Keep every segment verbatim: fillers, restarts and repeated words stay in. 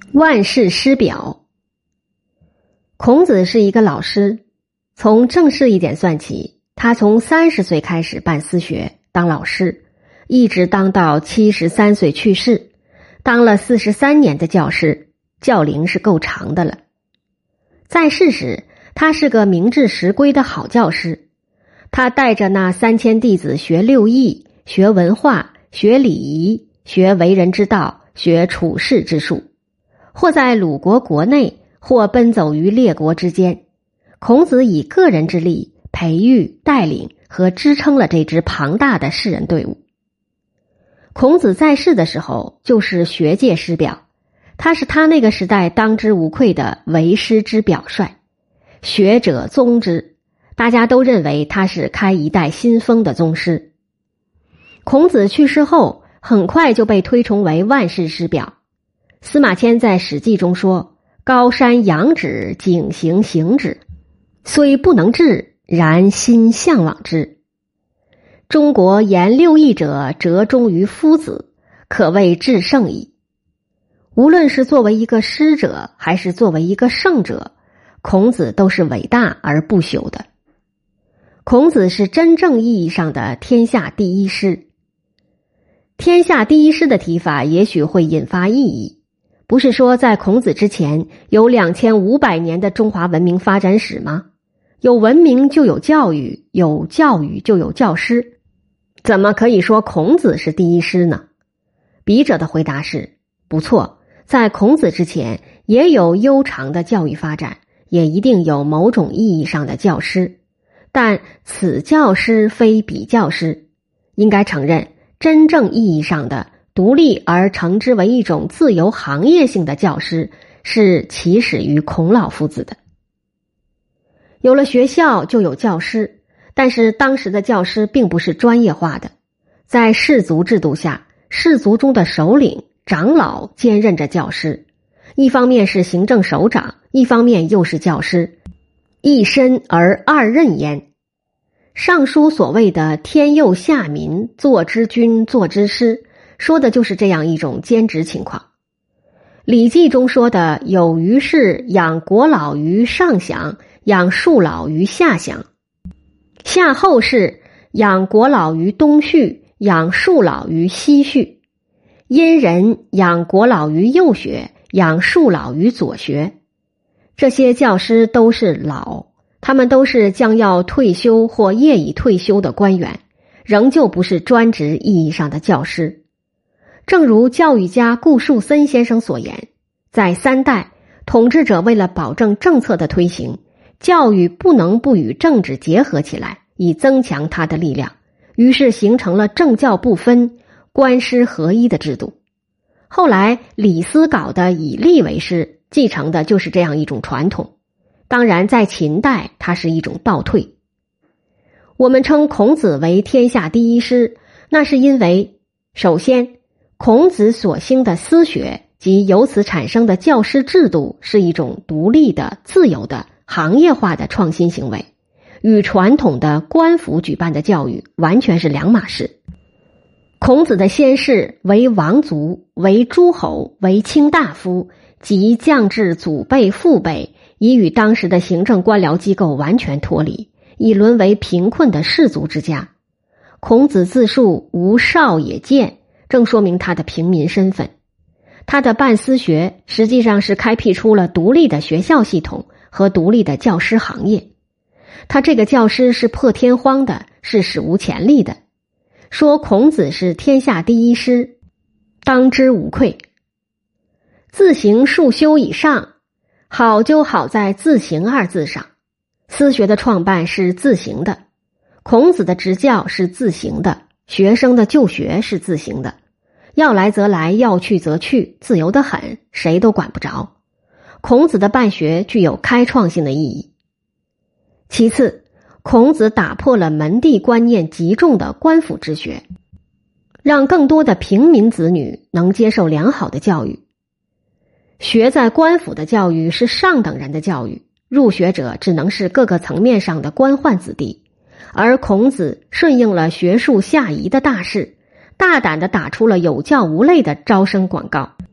万世师表。孔子是一个老师，从正式一点算起，他从三十岁开始办私学当老师，一直当到七十三岁去世，当了四十三年的教师，教龄是够长的了。在世时，他是个明智实规的好教师，他带着那三千弟子学六艺，学文化，学礼仪，学为人之道，学处世之术。或在鲁国国内，或奔走于列国之间，孔子以个人之力培育、带领和支撑了这支庞大的士人队伍。孔子在世的时候就是学界师表，他是他那个时代当之无愧的为师之表率，学者宗之，大家都认为他是开一代新风的宗师。孔子去世后，很快就被推崇为万世师表。司马迁在《史记》中说：“高山仰止，景行行止，虽不能至，然心向往之。”中国言六艺者，折中于夫子，可谓至圣矣。无论是作为一个师者，还是作为一个圣者，孔子都是伟大而不朽的。孔子是真正意义上的天下第一师。天下第一师的提法也许会引发异议。不是说在孔子之前有两千五百年的中华文明发展史吗？有文明就有教育，有教育就有教师，怎么可以说孔子是第一师呢？笔者的回答是：不错，在孔子之前也有悠长的教育发展，也一定有某种意义上的教师，但此教师非彼教师。应该承认，真正意义上的独立而称之为一种自由行业性的教师是起始于孔老夫子的。有了学校就有教师，但是当时的教师并不是专业化的，在氏族制度下，氏族中的首领、长老兼任着教师，一方面是行政首长，一方面又是教师，一身而二任焉。上书所谓的天佑下民，作之君，作之师，说的就是这样一种兼职情况。礼记中说的有于是养国老于上享，养庶老于下享，夏后氏养国老于东序，养庶老于西序，殷人养国老于右学，养庶老于左学。这些教师都是老，他们都是将要退休或业已退休的官员，仍旧不是专职意义上的教师。正如教育家顾树森先生所言，在三代，统治者为了保证政策的推行，教育不能不与政治结合起来，以增强它的力量，于是形成了政教不分、官师合一的制度。后来李斯搞的以吏为师，继承的就是这样一种传统。当然在秦代，它是一种倒退。我们称孔子为天下第一师，那是因为首先孔子所兴的私学及由此产生的教师制度是一种独立的、自由的、行业化的创新行为，与传统的官府举办的教育完全是两码事。孔子的先世为王族，为诸侯，为卿大夫，及降至祖辈父辈，已与当时的行政官僚机构完全脱离，已沦为贫困的士族之家。孔子自述无少也见，正说明他的平民身份。他的办私学实际上是开辟出了独立的学校系统和独立的教师行业。他这个教师是破天荒的，是史无前例的。说孔子是天下第一师，当之无愧。自行数修以上，好就好在自行二字上。私学的创办是自行的，孔子的执教是自行的，学生的就学是自行的，要来则来，要去则去，自由得很，谁都管不着。孔子的办学具有开创性的意义。其次，孔子打破了门第观念极重的官府之学，让更多的平民子女能接受良好的教育。学在官府的教育是上等人的教育，入学者只能是各个层面上的官宦子弟，而孔子顺应了学术下移的大势，大胆地打出了有教无类的招生广告，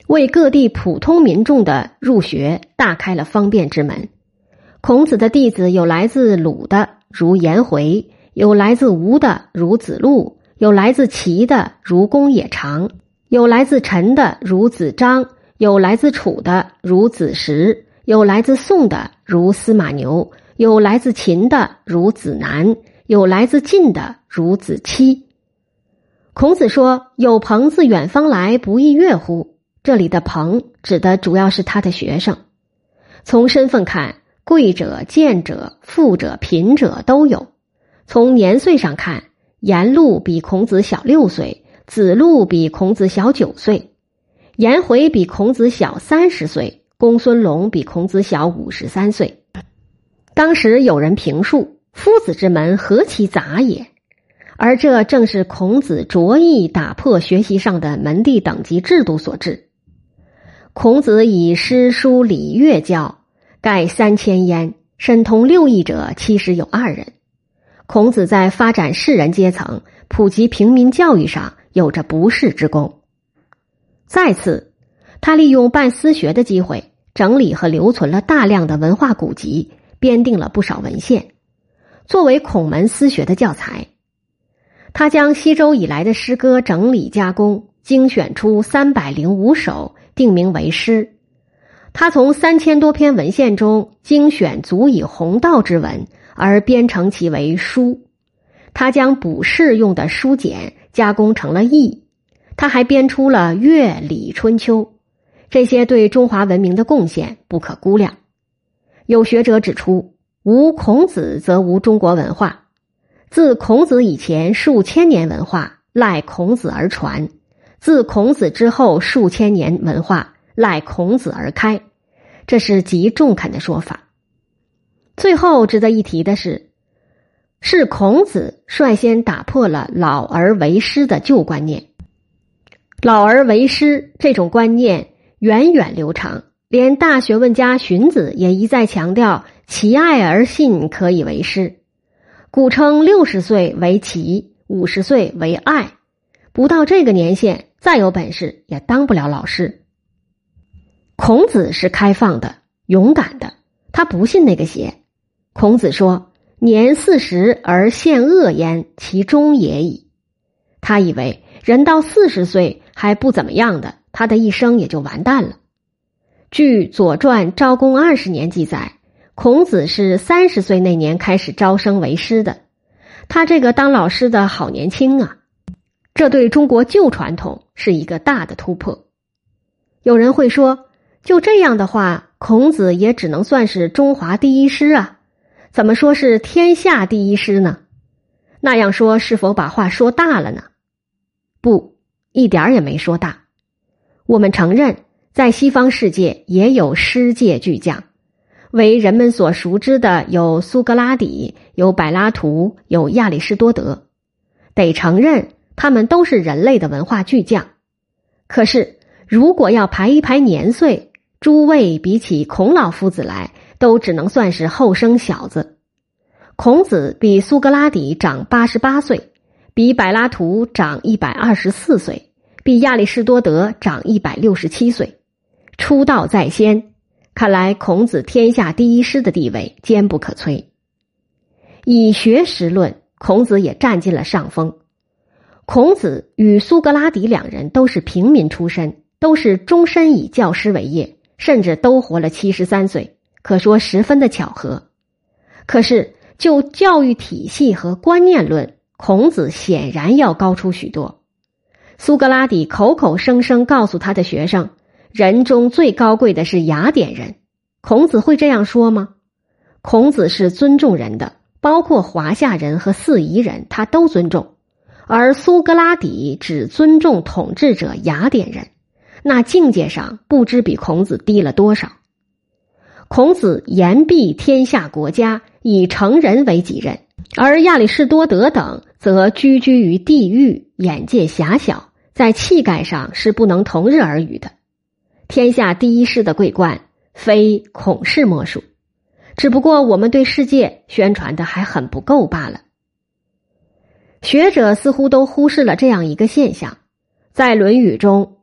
为各地普通民众的入学大开了方便之门。孔子的弟子有来自鲁的，如颜回；有来自吴的，如子路；有来自齐的，如公冶长；有来自陈的，如子张；有来自楚的，如子时；有来自宋的，如司马牛；有来自秦的，如子南；有来自晋的，如子期。孔子说：“有朋自远方来，不亦乐乎？”这里的朋指的主要是他的学生。从身份看，贵者、贱者、富者、贫者都有。从年岁上看，颜路比孔子小六岁，子路比孔子小九岁，颜回比孔子小三十岁，公孙龙比孔子小五十三岁。当时有人评述：“夫子之门何其杂也！”而这正是孔子着意打破学习上的门第等级制度所致。孔子以诗书礼乐教，盖三千焉，深通六艺者七十有二人。孔子在发展士人阶层、普及平民教育上有着不世之功。再次，他利用办私学的机会，整理和留存了大量的文化古籍，编定了不少文献，作为孔门私学的教材。他将西周以来的诗歌整理加工，精选出三百零五首，定名为诗。他从三千多篇文献中精选足以弘道之文，而编成其为书。他将卜筮用的书简加工成了易。他还编出了乐、礼、春秋，这些对中华文明的贡献不可估量。有学者指出，无孔子则无中国文化。自孔子以前数千年文化赖孔子而传，自孔子之后数千年文化赖孔子而开，这是极中肯的说法。最后值得一提的是，是孔子率先打破了老而为师的旧观念。老而为师这种观念源远流长，连大学问家荀子也一再强调其爱而信可以为师。古称六十岁为奇，五十岁为爱。不到这个年限，再有本事也当不了老师。孔子是开放的、勇敢的，他不信那个邪。孔子说：“年四十而现恶焉，其中也矣。”他以为人到四十岁还不怎么样的，他的一生也就完蛋了。据《左传》昭公二十年记载，孔子是三十岁那年开始招生为师的，他这个当老师的好年轻啊！这对中国旧传统是一个大的突破。有人会说，就这样的话，孔子也只能算是中华第一师啊，怎么说是天下第一师呢？那样说是否把话说大了呢？不，一点也没说大。我们承认，在西方世界也有师界巨匠。为人们所熟知的有苏格拉底，有柏拉图，有亚里士多德。得承认，他们都是人类的文化巨匠。可是，如果要排一排年岁，诸位比起孔老夫子来，都只能算是后生小子。孔子比苏格拉底长八十八岁，比柏拉图长一百二十四岁，比亚里士多德长一百六十七岁。出道在先。看来孔子天下第一师的地位坚不可摧。以学识论，孔子也占尽了上风。孔子与苏格拉底两人都是平民出身，都是终身以教师为业，甚至都活了七十三岁，可说十分的巧合。可是就教育体系和观念论，孔子显然要高出许多。苏格拉底口口声声告诉他的学生，人中最高贵的是雅典人，孔子会这样说吗？孔子是尊重人的，包括华夏人和四夷人，他都尊重。而苏格拉底只尊重统治者雅典人，那境界上不知比孔子低了多少。孔子言必天下国家，以成人为己任，而亚里士多德等则居居于地狱，眼界狭小，在气概上是不能同日而语的。天下第一师的桂冠，非孔氏莫属，只不过我们对世界宣传的还很不够罢了。学者似乎都忽视了这样一个现象，在《论语》中，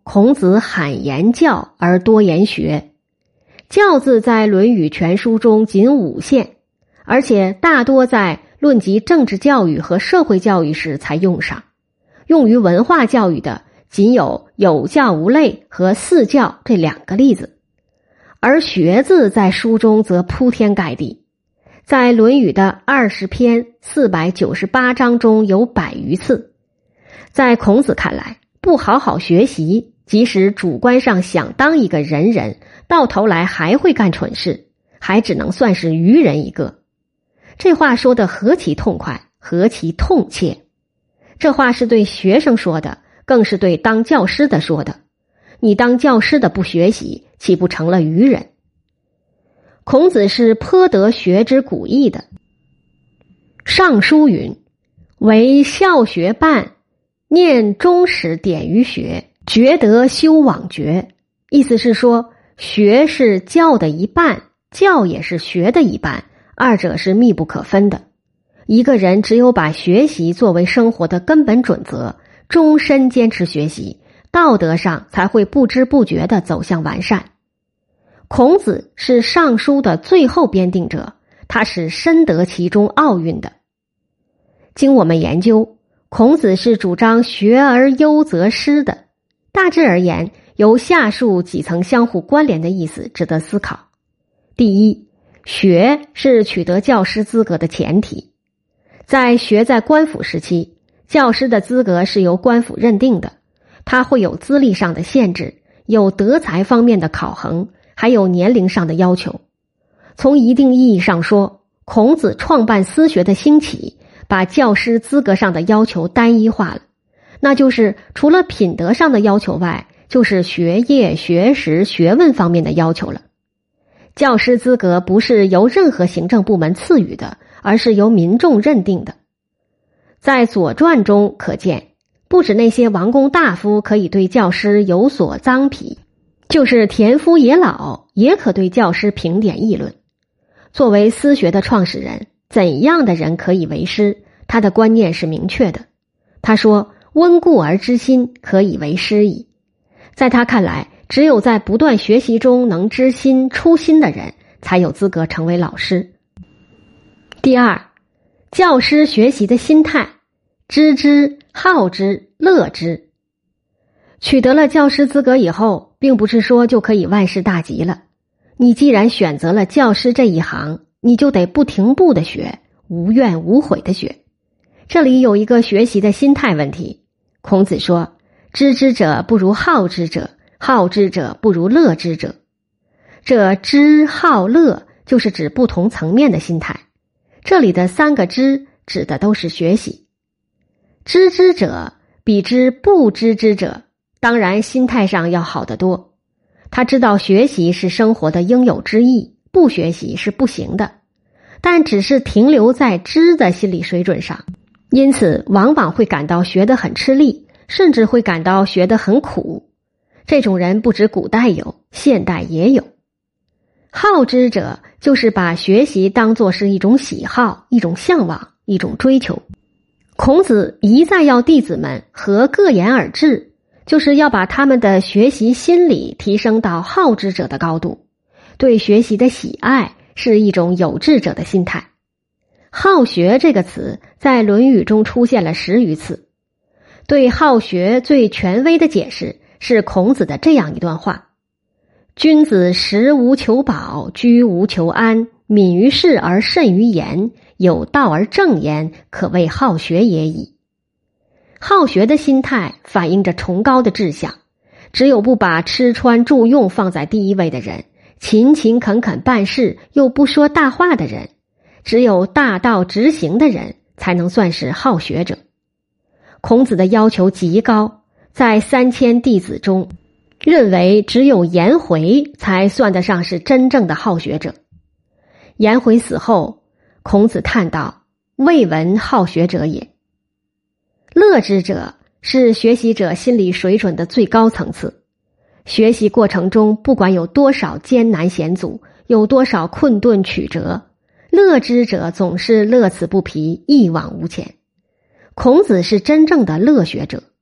孔子罕言教而多言学。教字在《论语》全书中仅五现，而且大多在论及政治教育和社会教育时才用上，用于文化教育的仅有有教无类和四教这两个例子，而学字在书中则铺天盖地，在《论语》的二十篇四百九十八章中有百余次。在孔子看来，不好好学习，即使主观上想当一个仁人，到头来还会干蠢事，还只能算是愚人一个。这话说得何其痛快，何其痛切！这话是对学生说的，更是对当教师的说的。你当教师的不学习，岂不成了愚人？孔子是颇得学之古意的。尚书云：为孝学半，念忠始典于学，觉得修往觉。意思是说，学是教的一半，教也是学的一半，二者是密不可分的。一个人只有把学习作为生活的根本准则，终身坚持学习，道德上才会不知不觉地走向完善。孔子是尚书的最后编订者，他是深得其中奥运的。经我们研究，孔子是主张学而优则师的。大致而言，由下述几层相互关联的意思值得思考。第一，学是取得教师资格的前提。在学在官府时期，教师的资格是由官府认定的，他会有资历上的限制，有德才方面的考衡，还有年龄上的要求。从一定意义上说，孔子创办私学的兴起，把教师资格上的要求单一化了，那就是除了品德上的要求外，就是学业、学识、学问方面的要求了。教师资格不是由任何行政部门赐予的，而是由民众认定的。在《左传》中可见，不止那些王公大夫可以对教师有所臧否，就是田夫野老也可对教师评点议论。作为私学的创始人，怎样的人可以为师？他的观念是明确的。他说：“温故而知新，可以为师矣。”在他看来，只有在不断学习中能知新出新的人，才有资格成为老师。第二，教师学习的心态：知之、好之、乐之。取得了教师资格以后，并不是说就可以万事大吉了。你既然选择了教师这一行，你就得不停步的学，无怨无悔的学。这里有一个学习的心态问题。孔子说：“知之者不如好之者，好之者不如乐之者。”这知、好、乐就是指不同层面的心态。这里的三个知指的都是学习。知之者比之不知之者，当然心态上要好得多。他知道学习是生活的应有之义，不学习是不行的，但只是停留在知的心理水准上，因此往往会感到学得很吃力，甚至会感到学得很苦。这种人不止古代有，现代也有。好之者就是把学习当作是一种喜好，一种向往，一种追求。孔子一再要弟子们合各言而志，就是要把他们的学习心理提升到好之者的高度。对学习的喜爱是一种有志者的心态。好学这个词在《论语》中出现了十余次。对好学最权威的解释是孔子的这样一段话：君子食无求饱，居无求安，敏于事而慎于言，有道而正言，可谓好学也已。好学的心态反映着崇高的志向，只有不把吃穿住用放在第一位的人，勤勤恳恳办事又不说大话的人，只有大道执行的人，才能算是好学者。孔子的要求极高，在三千弟子中，认为只有颜回才算得上是真正的好学者。颜回死后，孔子叹道：“未闻好学者也。”乐之者是学习者心理水准的最高层次。学习过程中，不管有多少艰难险阻，有多少困顿曲折，乐之者总是乐此不疲，一往无前。孔子是真正的乐学者，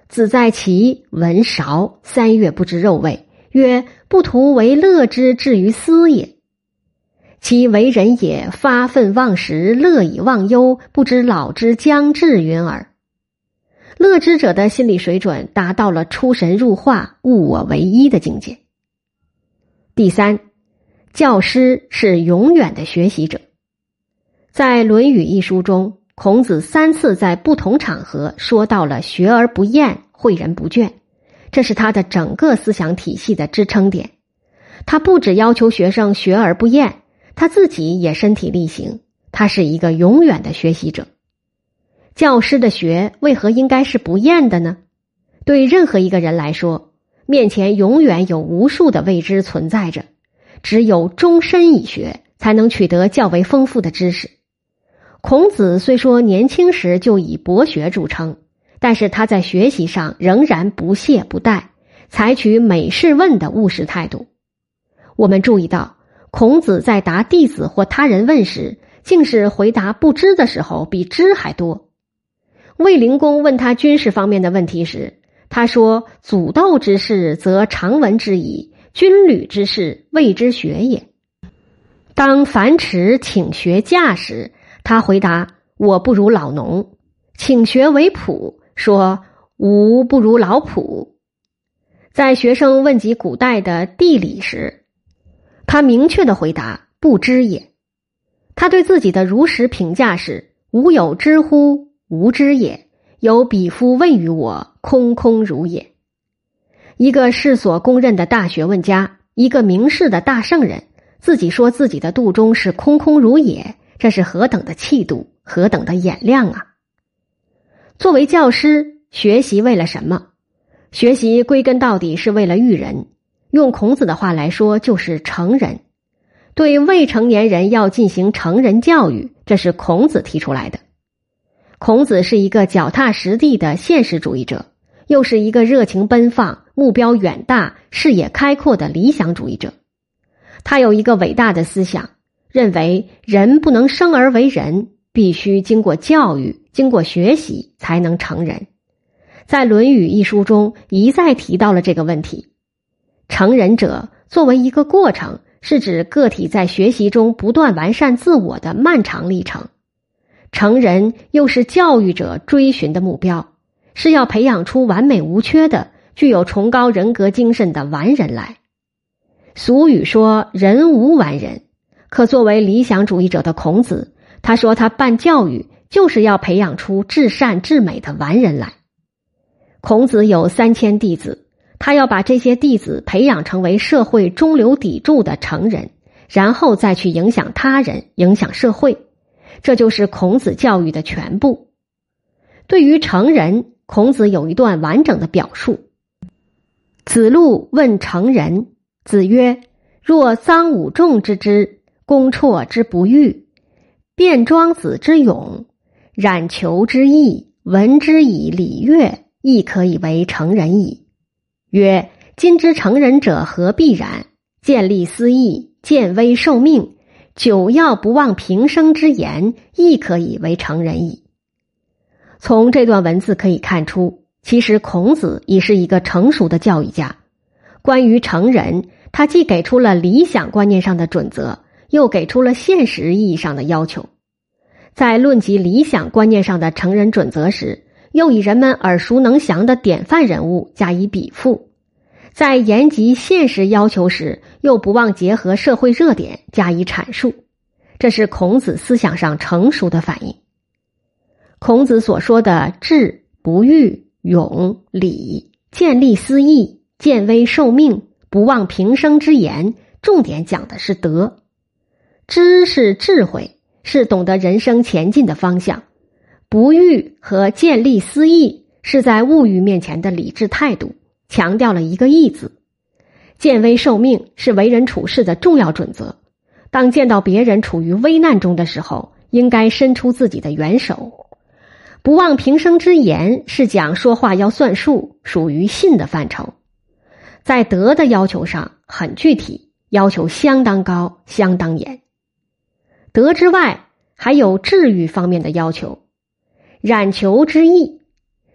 子在其闻韶，三月不知肉味，曰：不图为乐之至于斯也。其为人也，发愤忘食，乐以忘忧，不知老之将至云耳。乐之者的心理水准达到了出神入化、物我为一的境界。第三，教师是永远的学习者。在《论语》一书中，孔子三次在不同场合说到了学而不厌，诲人不倦，这是他的整个思想体系的支撑点。他不只要求学生学而不厌，他自己也身体力行，他是一个永远的学习者。教师的学为何应该是不厌的呢？对任何一个人来说，面前永远有无数的未知存在着，只有终身以学，才能取得较为丰富的知识。孔子虽说年轻时就以博学著称，但是他在学习上仍然不懈不怠，采取每事问的务实态度。我们注意到，孔子在答弟子或他人问时，竟是回答不知的时候比知还多。卫灵公问他军事方面的问题时，他说：祖斗之事则常闻之矣，军旅之事未之学也。当樊迟请学驾时，他回答：我不如老农。请学为仆，说：吾不如老仆。在学生问及古代的地理时，他明确的回答：不知也。他对自己的如实评价是：吾有知乎？无知也。有彼夫问于我，空空如也。一个世所公认的大学问家，一个名士的大圣人，自己说自己的肚中是空空如也，这是何等的气度，何等的眼亮啊！作为教师，学习为了什么？学习归根到底是为了育人，用孔子的话来说，就是成人。对未成年人要进行成人教育，这是孔子提出来的。孔子是一个脚踏实地的现实主义者，又是一个热情奔放、目标远大、视野开阔的理想主义者。他有一个伟大的思想，认为人不能生而为人，必须经过教育、经过学习才能成人。在《论语》一书中一再提到了这个问题。成人者作为一个过程，是指个体在学习中不断完善自我的漫长历程。成人又是教育者追寻的目标，是要培养出完美无缺的、具有崇高人格精神的完人来。俗语说人无完人，可作为理想主义者的孔子，他说他办教育就是要培养出至善至美的完人来。孔子有三千弟子，他要把这些弟子培养成为社会中流砥柱的成人，然后再去影响他人，影响社会。这就是孔子教育的全部。对于成人，孔子有一段完整的表述。子路问成人，子曰：若臧武仲之知，公绰之不欲，卞庄子之勇，冉求之义，闻之以礼乐，亦可以为成人矣。曰：今之成人者何必然？见利思义，见危受命，久要不忘平生之言，亦可以为成人矣。从这段文字可以看出，其实孔子已是一个成熟的教育家。关于成人，他既给出了理想观念上的准则，又给出了现实意义上的要求。在论及理想观念上的成人准则时，又以人们耳熟能详的典范人物加以比附；在言及现实要求时，又不忘结合社会热点加以阐述。这是孔子思想上成熟的反应。孔子所说的智、不欲、勇、礼、见利思义、见危受命、不忘平生之言，重点讲的是德。知是智慧，是懂得人生前进的方向；不欲和见利思义是在物欲面前的理智态度，强调了一个义字。见危受命是为人处事的重要准则，当见到别人处于危难中的时候，应该伸出自己的援手。不忘平生之言是讲说话要算数，属于信的范畴。在德的要求上很具体，要求相当高，相当严。德之外，还有治愈方面的要求。冉求之义，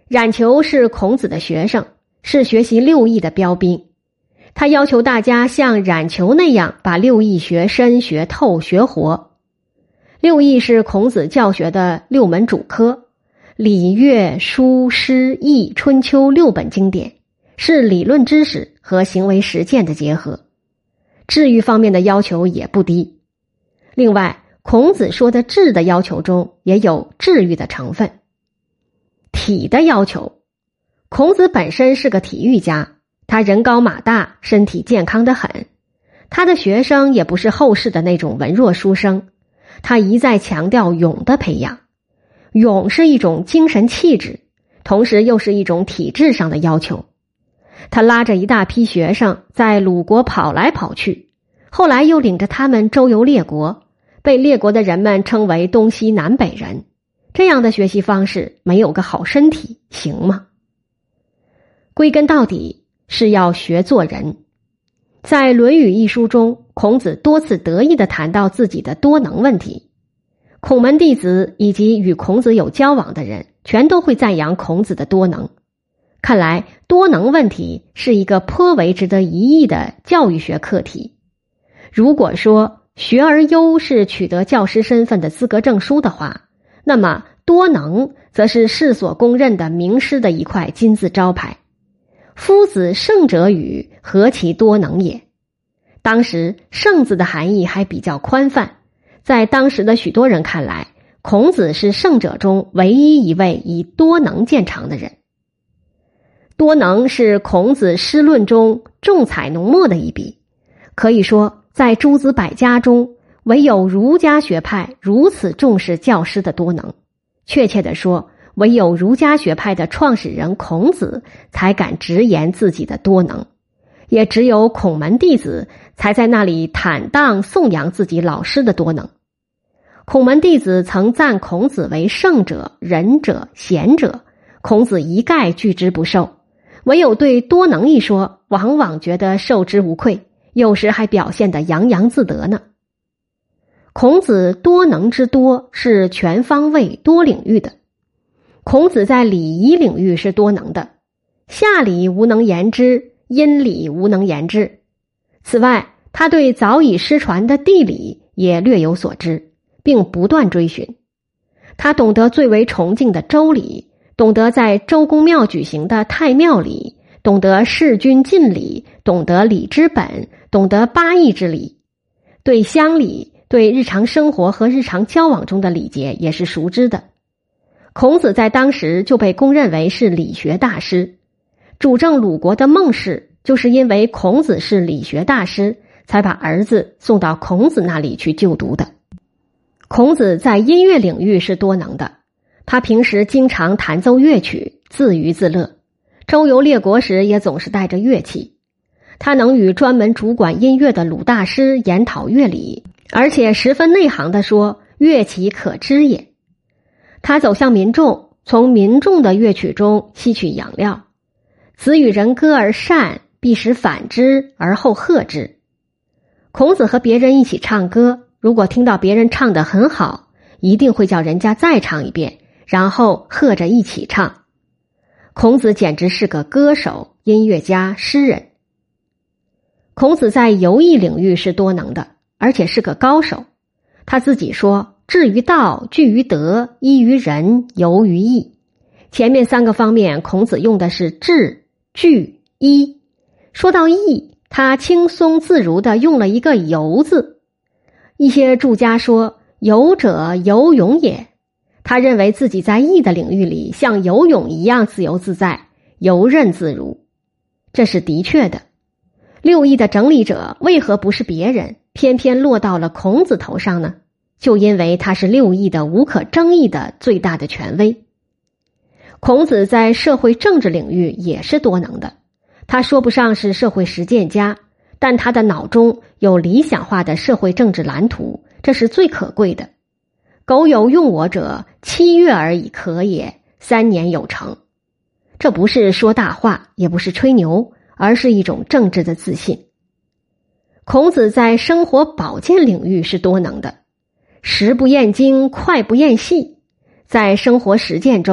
冉求是孔子的学生，是学习六艺的标兵。他要求大家像冉求那样把六艺学深、学透、学活。六艺是孔子教学的六门主科，礼、乐、书、诗、易、春秋六本经典，是理论知识和行为实践的结合。治愈方面的要求也不低。另外，孔子说的治的要求中也有治愈的成分。体的要求，孔子本身是个体育家，他人高马大，身体健康得很。他的学生也不是后世的那种文弱书生，他一再强调勇的培养。勇是一种精神气质，同时又是一种体质上的要求。他拉着一大批学生在鲁国跑来跑去，后来又领着他们周游列国，被列国的人们称为东西南北人。这样的学习方式没有个好身体行吗？归根到底是要学做人。在《论语》一书中，孔子多次得意地谈到自己的多能问题。孔门弟子以及与孔子有交往的人全都会赞扬孔子的多能。看来多能问题是一个颇为值得一议的教育学课题。如果说学而优是取得教师身份的资格证书的话，那么多能则是世所公认的名师的一块金字招牌。夫子圣者语，何其多能也。当时圣字的含义还比较宽泛，在当时的许多人看来，孔子是圣者中唯一一位以多能见长的人。多能是孔子诗论中重采浓墨的一笔，可以说在诸子百家中，唯有儒家学派如此重视教师的多能。确切地说，唯有儒家学派的创始人孔子才敢直言自己的多能，也只有孔门弟子才在那里坦荡颂扬自己老师的多能。孔门弟子曾赞孔子为圣者、仁者、贤者，孔子一概拒之不受，唯有对多能一说，往往觉得受之无愧，有时还表现得洋洋自得呢。孔子多能之多是全方位多领域的。孔子在礼仪领域是多能的，下礼无能言之，殷礼无能言之。此外，他对早已失传的地理也略有所知，并不断追寻。他懂得最为崇敬的周礼，懂得在周公庙举行的太庙礼，懂得事君尽礼，懂得礼之本，懂得八佾之礼。对乡礼，对日常生活和日常交往中的礼节也是熟知的。孔子在当时就被公认为是理学大师。主政鲁国的孟氏就是因为孔子是理学大师，才把儿子送到孔子那里去就读的。孔子在音乐领域是多能的，他平时经常弹奏乐曲，自娱自乐，周游列国时也总是带着乐器。他能与专门主管音乐的鲁大师研讨乐理，而且十分内行地说，乐其可知也。他走向民众，从民众的乐曲中吸取养料。子与人歌而善，必使反之而后和之。孔子和别人一起唱歌，如果听到别人唱得很好，一定会叫人家再唱一遍，然后和着一起唱。孔子简直是个歌手、音乐家、诗人。孔子在游艺领域是多能的，而且是个高手。他自己说，志于道，据于德，依于仁，游于义。前面三个方面，孔子用的是志、据、依。说到义，他轻松自如地用了一个游字。一些注家说，游者游泳也。他认为自己在义的领域里像游泳一样自由自在，游刃自如。这是的确的。六艺的整理者为何不是别人，偏偏落到了孔子头上呢？就因为他是六艺的无可争议的最大的权威。孔子在社会政治领域也是多能的，他说不上是社会实践家，但他的脑中有理想化的社会政治蓝图，这是最可贵的。苟有用我者，七月而已可也，三年有成。这不是说大话，也不是吹牛，而是一种政治的自信。孔子在生活保健领域是多能的，食不厌精，脍不厌细。在生活实践中，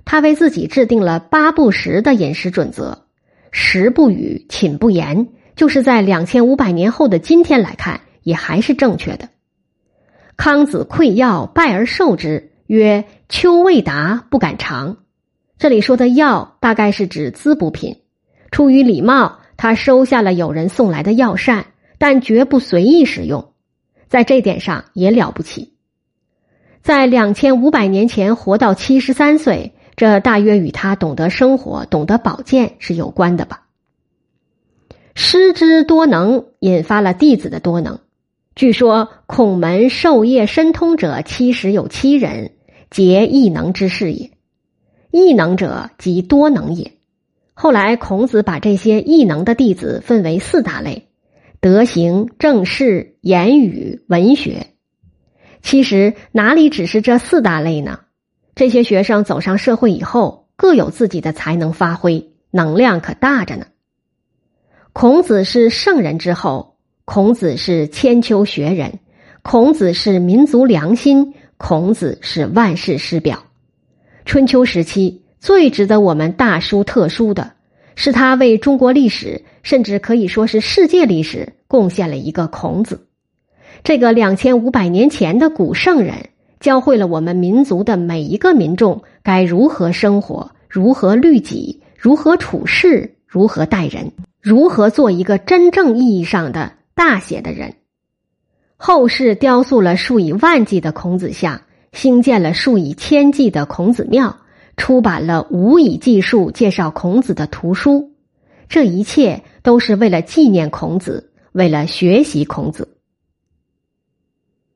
他为自己制定了八不食的饮食准则，食不语，寝不言，就是在两千五百年后的今天来看，也还是正确的。康子馈药，拜而受之，曰：秋未达，不敢尝。这里说的药大概是指滋补品，出于礼貌，他收下了有人送来的药膳，但绝不随意使用，在这点上也了不起。在两千五百年前活到七十三岁，这大约与他懂得生活、懂得保健是有关的吧。师之多能引发了弟子的多能。据说孔门授业深通者七十有七人，皆异能之士也。异能者即多能也。后来孔子把这些异能的弟子分为四大类：德行、政事、言语、文学。其实哪里只是这四大类呢？这些学生走上社会以后，各有自己的才能发挥，能量可大着呢。孔子是圣人之后，孔子是千秋学人，孔子是民族良心，孔子是万世师表。春秋时期最值得我们大书特书的是他为中国历史，甚至可以说是世界历史贡献了一个孔子。这个两千五百年前的古圣人教会了我们民族的每一个民众该如何生活，如何律己，如何处事，如何待人，如何做一个真正意义上的大写的人。后世雕塑了数以万计的孔子像，兴建了数以千计的孔子庙，出版了无以计数介绍孔子的图书。这一切都是为了纪念孔子，为了学习孔子。